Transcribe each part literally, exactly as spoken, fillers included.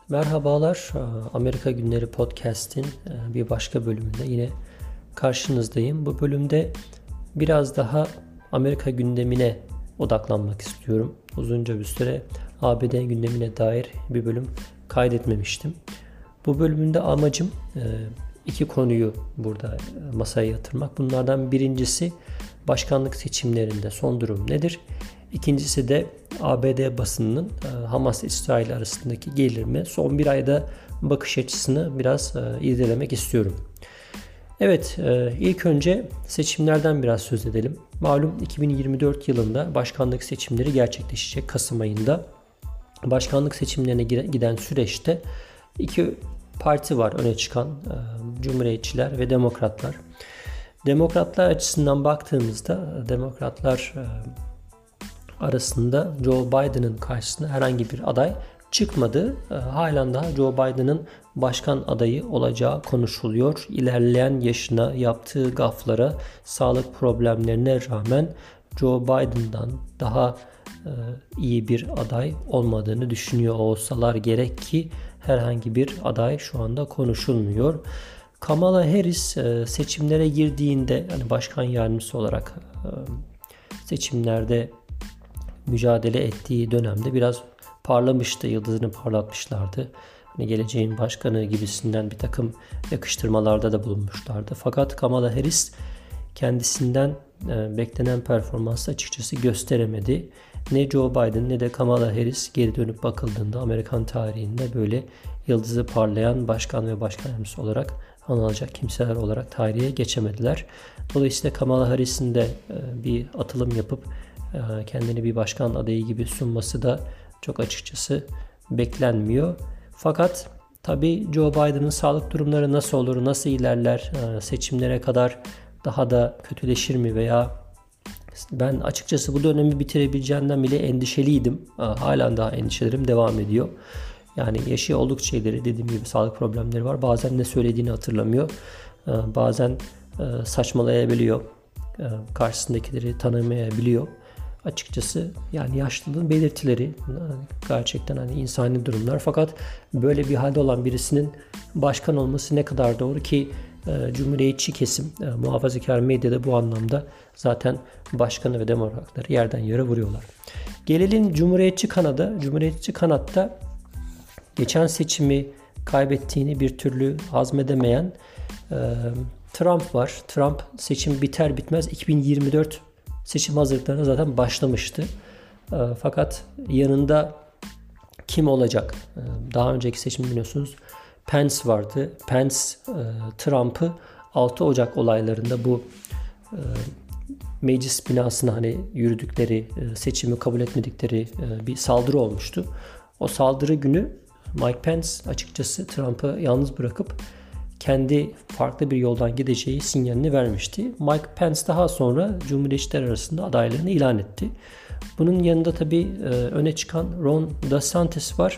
Merhabalar, Amerika Günleri Podcast'in bir başka bölümünde yine karşınızdayım. Bu bölümde biraz daha Amerika gündemine odaklanmak istiyorum. Uzunca bir süre A B D gündemine dair bir bölüm kaydetmemiştim. Bu bölümünde amacım iki konuyu burada masaya yatırmak. Bunlardan birincisi başkanlık seçimlerinde son durum nedir? İkincisi de A B D basınının Hamas-İsrail arasındaki gerilime son bir ayda bakış açısını biraz irdelemek istiyorum. Evet, ilk önce seçimlerden biraz söz edelim. Malum iki bin yirmi dört yılında başkanlık seçimleri gerçekleşecek Kasım ayında. Başkanlık seçimlerine giden süreçte iki parti var öne çıkan, Cumhuriyetçiler ve Demokratlar. Demokratlar açısından baktığımızda Demokratlar arasında Joe Biden'ın karşısına herhangi bir aday çıkmadı. Halen daha Joe Biden'ın başkan adayı olacağı konuşuluyor. İlerleyen yaşına, yaptığı gaflara, sağlık problemlerine rağmen Joe Biden'dan daha iyi bir aday olmadığını düşünüyor olsalar gerek ki herhangi bir aday şu anda konuşulmuyor. Kamala Harris seçimlere girdiğinde, hani başkan yardımcısı olarak seçimlerde mücadele ettiği dönemde biraz parlamıştı, yıldızını parlatmışlardı. Hani geleceğin başkanı gibisinden bir takım yakıştırmalarda da bulunmuşlardı. Fakat Kamala Harris kendisinden e, beklenen performansı açıkçası gösteremedi. Ne Joe Biden ne de Kamala Harris geri dönüp bakıldığında Amerikan tarihinde böyle yıldızı parlayan başkan ve başkan yardımcısı olarak anılacak kimseler olarak tarihe geçemediler. Dolayısıyla Kamala Harris'in de e, bir atılım yapıp kendini bir başkan adayı gibi sunması da çok açıkçası beklenmiyor. Fakat tabii Joe Biden'ın sağlık durumları nasıl olur, nasıl ilerler, seçimlere kadar daha da kötüleşir mi veya ben açıkçası bu dönemi bitirebileceğinden bile endişeliydim. Halen daha endişelerim devam ediyor. Yani yaşı oldukça ileri, dediğim gibi sağlık problemleri var. Bazen ne söylediğini hatırlamıyor. Bazen saçmalayabiliyor. Karşısındakileri tanımayabiliyor. Açıkçası yani yaşlılığın belirtileri gerçekten hani insani durumlar. Fakat böyle bir halde olan birisinin başkan olması ne kadar doğru ki e, Cumhuriyetçi kesim, e, muhafazakar medyada bu anlamda zaten başkanı ve demokratları yerden yere vuruyorlar. Gelelim Cumhuriyetçi kanada. Cumhuriyetçi kanatta geçen seçimi kaybettiğini bir türlü hazmedemeyen e, Trump var. Trump seçim biter bitmez iki bin yirmi dört seçim hazırlıklarına zaten başlamıştı. E, fakat yanında kim olacak? E, daha önceki seçim biliyorsunuz Pence vardı. Pence e, Trump'ı altı Ocak olaylarında bu e, meclis binasına hani yürüdükleri, e, seçimi kabul etmedikleri e, bir saldırı olmuştu. O saldırı günü Mike Pence açıkçası Trump'ı yalnız bırakıp kendi farklı bir yoldan gideceği sinyalini vermişti. Mike Pence daha sonra Cumhuriyetçiler arasında adaylarını ilan etti. Bunun yanında tabii e, öne çıkan Ron DeSantis var.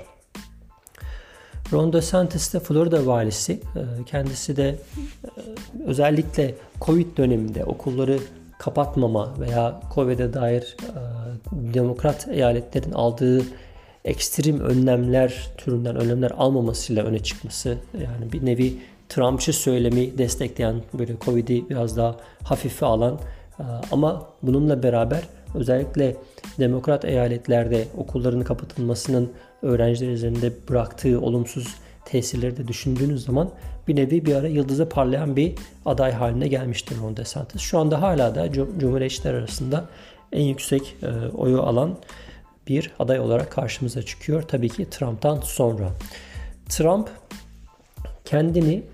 Ron DeSantis de Florida valisi. E, kendisi de e, özellikle Covid döneminde okulları kapatmama veya Covid'e dair e, demokrat eyaletlerin aldığı ekstrem önlemler türünden önlemler almamasıyla öne çıkması, yani bir nevi Trumpçı söylemi destekleyen, böyle Covid'i biraz daha hafife alan ama bununla beraber özellikle demokrat eyaletlerde okulların kapatılmasının öğrenciler üzerinde bıraktığı olumsuz tesirleri de düşündüğünüz zaman bir nevi bir ara yıldızı parlayan bir aday haline gelmiştir Ron DeSantis. Şu anda hala da Cumhuriyetçiler arasında en yüksek oyu alan bir aday olarak karşımıza çıkıyor. Tabii ki Trump'tan sonra. Trump kendini e,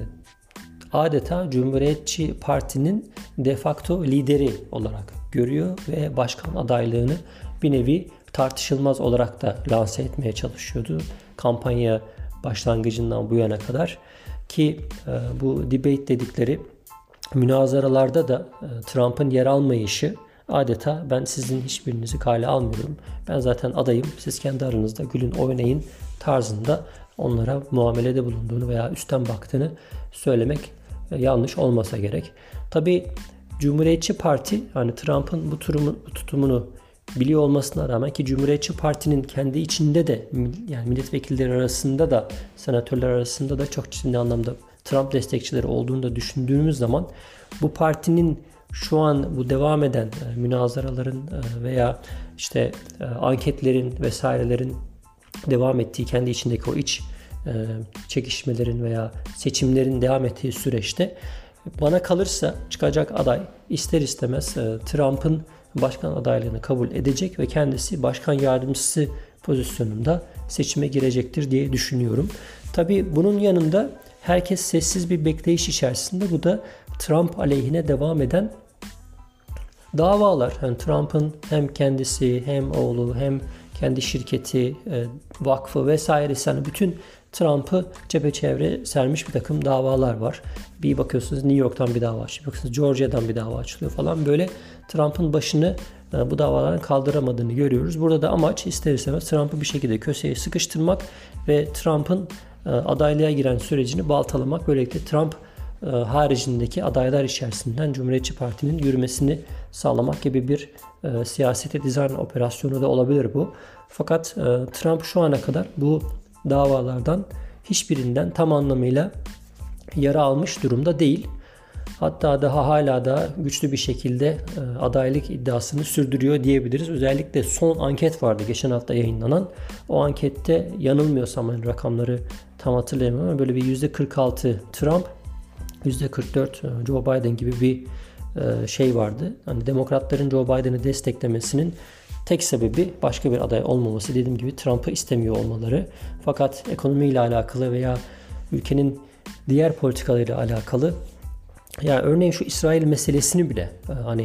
adeta Cumhuriyetçi Parti'nin de facto lideri olarak görüyor ve başkan adaylığını bir nevi tartışılmaz olarak da lanse etmeye çalışıyordu. Kampanya başlangıcından bu yana kadar ki e, bu debate dedikleri münazaralarda da e, Trump'ın yer almayışı adeta ben sizin hiçbirinizi kale almıyorum. Ben zaten adayım. Siz kendi aranızda gülün oynayın tarzında onlara muamelede bulunduğunu veya üstten baktığını söylemek yanlış olmasa gerek. Tabii Cumhuriyetçi Parti hani Trump'ın bu, turumu, bu tutumunu biliyor olmasına rağmen ki Cumhuriyetçi Parti'nin kendi içinde de yani milletvekilleri arasında da senatörler arasında da çok ciddi anlamda Trump destekçileri olduğunu da düşündüğümüz zaman bu partinin şu an bu devam eden e, münazaraların e, veya işte e, anketlerin vesairelerin devam ettiği kendi içindeki o iç e, çekişmelerin veya seçimlerin devam ettiği süreçte bana kalırsa çıkacak aday ister istemez e, Trump'ın başkan adaylığını kabul edecek ve kendisi başkan yardımcısı pozisyonunda seçime girecektir diye düşünüyorum. Tabii bunun yanında herkes sessiz bir bekleyiş içerisinde. Bu da Trump aleyhine devam eden davalar. Yani Trump'ın hem kendisi hem oğlu hem kendi şirketi, vakfı vesairesi yani bütün Trump'ı çepeçevre sermiş bir takım davalar var. Bir bakıyorsunuz New York'tan bir dava açılıyor. Bir bakıyorsunuz Georgia'dan bir dava açılıyor falan. Böyle Trump'ın başını bu davaların kaldıramadığını görüyoruz. Burada da amaç ister istemez Trump'ı bir şekilde köşeye sıkıştırmak ve Trump'ın adaylığa giren sürecini baltalamak. Böylelikle Trump haricindeki adaylar içerisinden Cumhuriyetçi Parti'nin yürümesini sağlamak gibi bir e, siyasete dizayn operasyonu da olabilir bu. Fakat e, Trump şu ana kadar bu davalardan hiçbirinden tam anlamıyla yara almış durumda değil. Hatta daha hala da güçlü bir şekilde e, adaylık iddiasını sürdürüyor diyebiliriz. Özellikle son anket vardı geçen hafta yayınlanan. O ankette yanılmıyorsam yani rakamları tam hatırlayamıyorum ama böyle bir yüzde kırk altı Trump, yüzde kırk dört Joe Biden gibi bir şey vardı. Hani demokratların Joe Biden'ı desteklemesinin tek sebebi başka bir aday olmaması. Dediğim gibi Trump'ı istemiyor olmaları. Fakat ekonomiyle alakalı veya ülkenin diğer politikalarıyla alakalı yani örneğin şu İsrail meselesini bile hani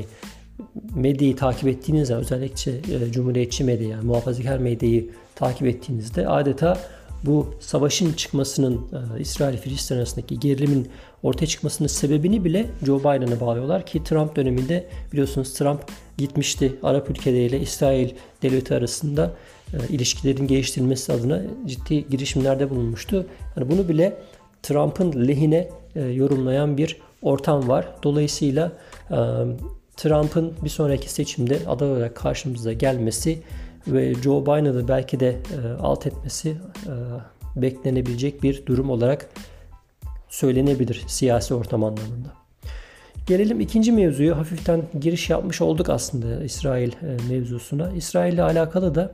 medyayı takip ettiğinizde özellikle Cumhuriyetçi medya yani muhafazakar medyayı takip ettiğinizde adeta bu savaşın çıkmasının e, İsrail-Filistin arasındaki gerilimin ortaya çıkmasının sebebini bile Joe Biden'a bağlıyorlar ki Trump döneminde biliyorsunuz Trump gitmişti Arap ülkeleriyle İsrail devleti arasında e, ilişkilerin geliştirilmesi adına ciddi girişimlerde bulunmuştu. Yani bunu bile Trump'ın lehine e, yorumlayan bir ortam var. Dolayısıyla e, Trump'ın bir sonraki seçimde aday olarak karşımıza gelmesi ve Joe Biden'ı belki de e, alt etmesi e, beklenebilecek bir durum olarak söylenebilir siyasi ortam anlamında. Gelelim ikinci mevzuya. Hafiften giriş yapmış olduk aslında İsrail e, mevzusuna. İsrail ile alakalı da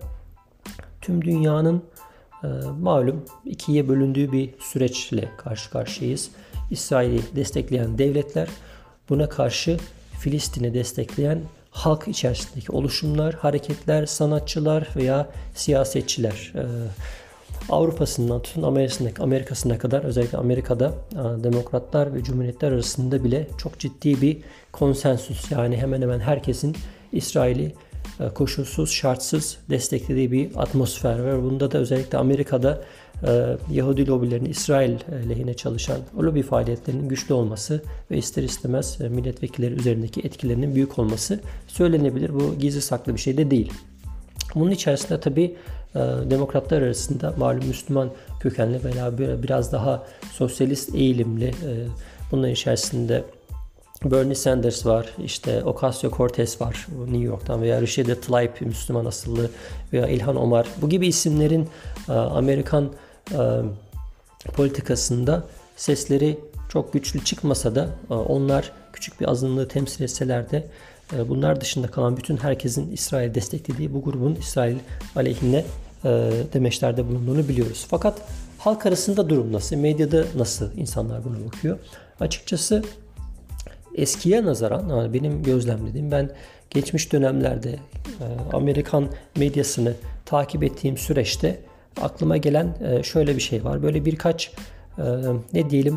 tüm dünyanın e, malum ikiye bölündüğü bir süreçle karşı karşıyayız. İsrail'i destekleyen devletler, buna karşı Filistin'i destekleyen halk içerisindeki oluşumlar, hareketler, sanatçılar veya siyasetçiler. Ee, Avrupa'sından tutun Amerika'sına, Amerika'sına kadar özellikle Amerika'da e, demokratlar ve cumhuriyetler arasında bile çok ciddi bir konsensüs yani hemen hemen herkesin İsrail'i e, koşulsuz, şartsız desteklediği bir atmosfer var. Bunda da özellikle Amerika'da e, Yahudi lobilerinin İsrail lehine çalışan o lobi faaliyetlerinin güçlü olması ve ister istemez e, milletvekilleri üzerindeki etkilerinin büyük olması söylenebilir. Bu gizli saklı bir şey de değil. Bunun içerisinde tabii e, demokratlar arasında malum Müslüman kökenli veya biraz daha sosyalist eğilimli e, bunların içerisinde Bernie Sanders var, işte Ocasio-Cortez var New York'tan veya Rashida Tlaib Müslüman asıllı veya İlhan Omar bu gibi isimlerin e, Amerikan e, politikasında sesleri çok güçlü çıkmasa da e, onlar küçük bir azınlığı temsil etseler de e, bunlar dışında kalan bütün herkesin İsrail desteklediği bu grubun İsrail aleyhine e, demeçlerde bulunduğunu biliyoruz. Fakat halk arasında durum nasıl? Medyada nasıl insanlar buna bakıyor? Açıkçası eskiye nazaran yani benim gözlemlediğim ben geçmiş dönemlerde Amerikan medyasını takip ettiğim süreçte aklıma gelen şöyle bir şey var. Böyle birkaç ne diyelim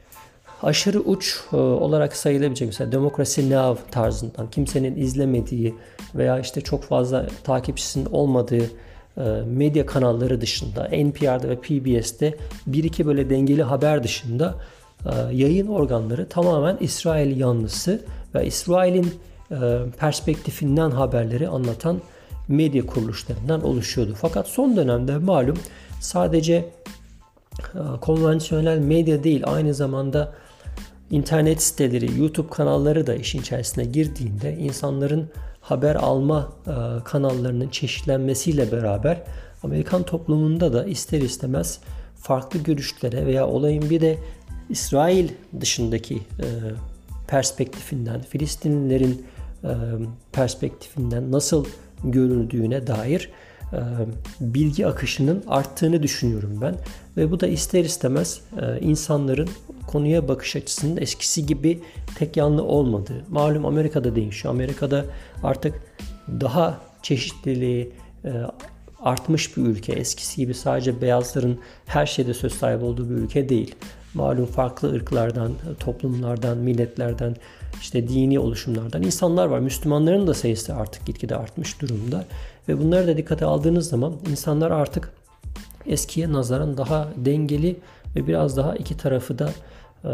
aşırı uç olarak sayılabilecek mesela Democracy Now tarzından kimsenin izlemediği veya işte çok fazla takipçisinin olmadığı medya kanalları dışında N P R'da ve P B S'te bir iki böyle dengeli haber dışında yayın organları tamamen İsrail yanlısı ve İsrail'in perspektifinden haberleri anlatan medya kuruluşlarından oluşuyordu. Fakat son dönemde malum sadece konvansiyonel medya değil aynı zamanda internet siteleri, YouTube kanalları da işin içerisine girdiğinde insanların haber alma e, kanallarının çeşitlenmesiyle beraber Amerikan toplumunda da ister istemez farklı görüşlere veya olayın bir de İsrail dışındaki e, perspektifinden, Filistinlilerin e, perspektifinden nasıl görüldüğüne dair e, bilgi akışının arttığını düşünüyorum ben. Ve bu da ister istemez e, insanların konuya bakış açısının eskisi gibi tek yanlı olmadığı. Malum Amerika'da değişiyor. Amerika'da artık daha çeşitliliği e, artmış bir ülke. Eskisi gibi sadece beyazların her şeyde söz sahibi olduğu bir ülke değil. Malum farklı ırklardan, toplumlardan, milletlerden, işte dini oluşumlardan insanlar var. Müslümanların da sayısı artık gitgide artmış durumda. Ve bunları da dikkate aldığınız zaman insanlar artık eskiye nazaran daha dengeli ve biraz daha iki tarafı da e,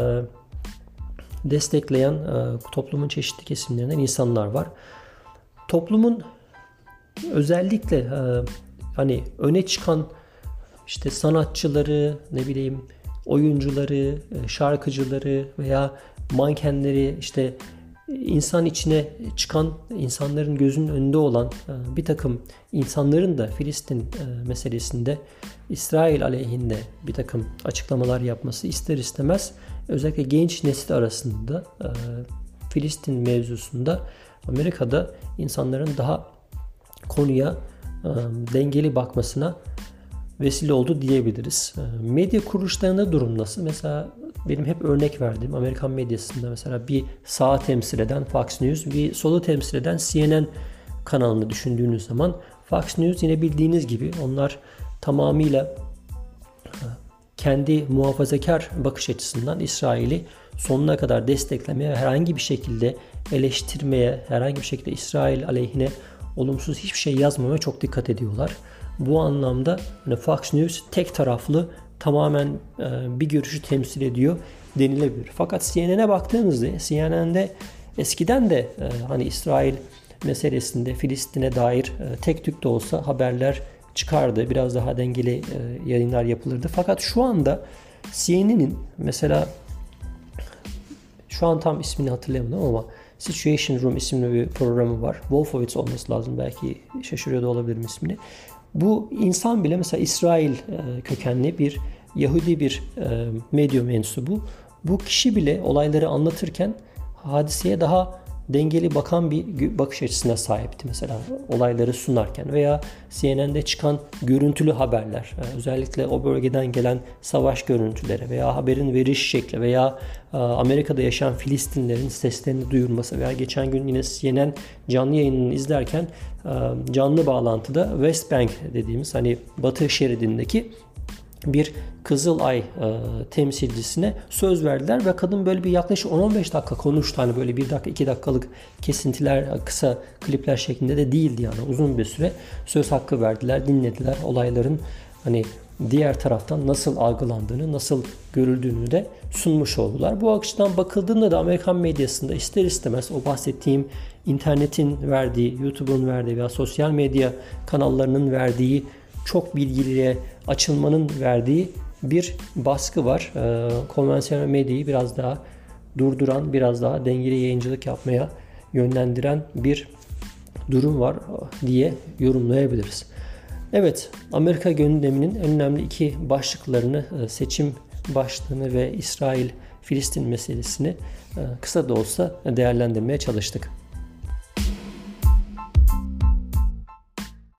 destekleyen e, toplumun çeşitli kesimlerinden insanlar var. Toplumun özellikle e, hani öne çıkan işte sanatçıları, ne bileyim oyuncuları, şarkıcıları veya mankenleri, işte insan içine çıkan, insanların gözünün önünde olan bir takım insanların da Filistin meselesinde İsrail aleyhinde bir takım açıklamalar yapması ister istemez özellikle genç nesil arasında Filistin mevzusunda Amerika'da insanların daha konuya dengeli bakmasına vesile oldu diyebiliriz. Medya kuruluşlarında durum nasıl? Mesela benim hep örnek verdiğim Amerikan medyasında mesela bir sağı temsil eden Fox News, bir solu temsil eden C N N kanalını düşündüğünüz zaman Fox News yine bildiğiniz gibi onlar tamamıyla kendi muhafazakar bakış açısından İsrail'i sonuna kadar desteklemeye, herhangi bir şekilde eleştirmeye, herhangi bir şekilde İsrail aleyhine olumsuz hiçbir şey yazmamaya çok dikkat ediyorlar. Bu anlamda hani Fox News tek taraflı tamamen e, bir görüşü temsil ediyor denilebilir. Fakat C N N'e baktığınızda C N N'de eskiden de e, hani İsrail meselesinde Filistin'e dair e, tek tük de olsa haberler çıkardı. Biraz daha dengeli e, yayınlar yapılırdı. Fakat şu anda C N N'in mesela şu an tam ismini hatırlayamadım ama Situation Room isimli bir programı var. Wolfowitz olması lazım. Belki şaşırıyor da olabilirim ismini. Bu insan bile mesela İsrail e, kökenli bir Yahudi bir e, medya mensubu. Bu kişi bile olayları anlatırken hadiseye daha dengeli bakan bir bakış açısına sahipti mesela olayları sunarken veya C N N'de çıkan görüntülü haberler, yani özellikle o bölgeden gelen savaş görüntüleri veya haberin veriş şekli veya Amerika'da yaşayan Filistinlerin seslerini duyurması veya geçen gün yine C N N canlı yayınını izlerken canlı bağlantıda West Bank dediğimiz hani Batı şeridindeki bir Kızılay e, temsilcisine söz verdiler ve kadın böyle bir yaklaşık on on beş dakika konuştu. Hani böyle bir dakika iki dakikalık kesintiler, kısa klipler şeklinde de değildi yani. Uzun bir süre söz hakkı verdiler, dinlediler. Olayların hani diğer taraftan nasıl algılandığını, nasıl görüldüğünü de sunmuş oldular. Bu açıdan bakıldığında da Amerikan medyasında ister istemez o bahsettiğim internetin verdiği, YouTube'un verdiği veya sosyal medya kanallarının verdiği çok bilgiliye açılmanın verdiği bir baskı var. Ee, konvansiyonel medyayı biraz daha durduran, biraz daha dengeli yayıncılık yapmaya yönlendiren bir durum var diye yorumlayabiliriz. Evet, Amerika gündeminin en önemli iki başlıklarını, seçim başlığını ve İsrail-Filistin meselesini kısa da olsa değerlendirmeye çalıştık.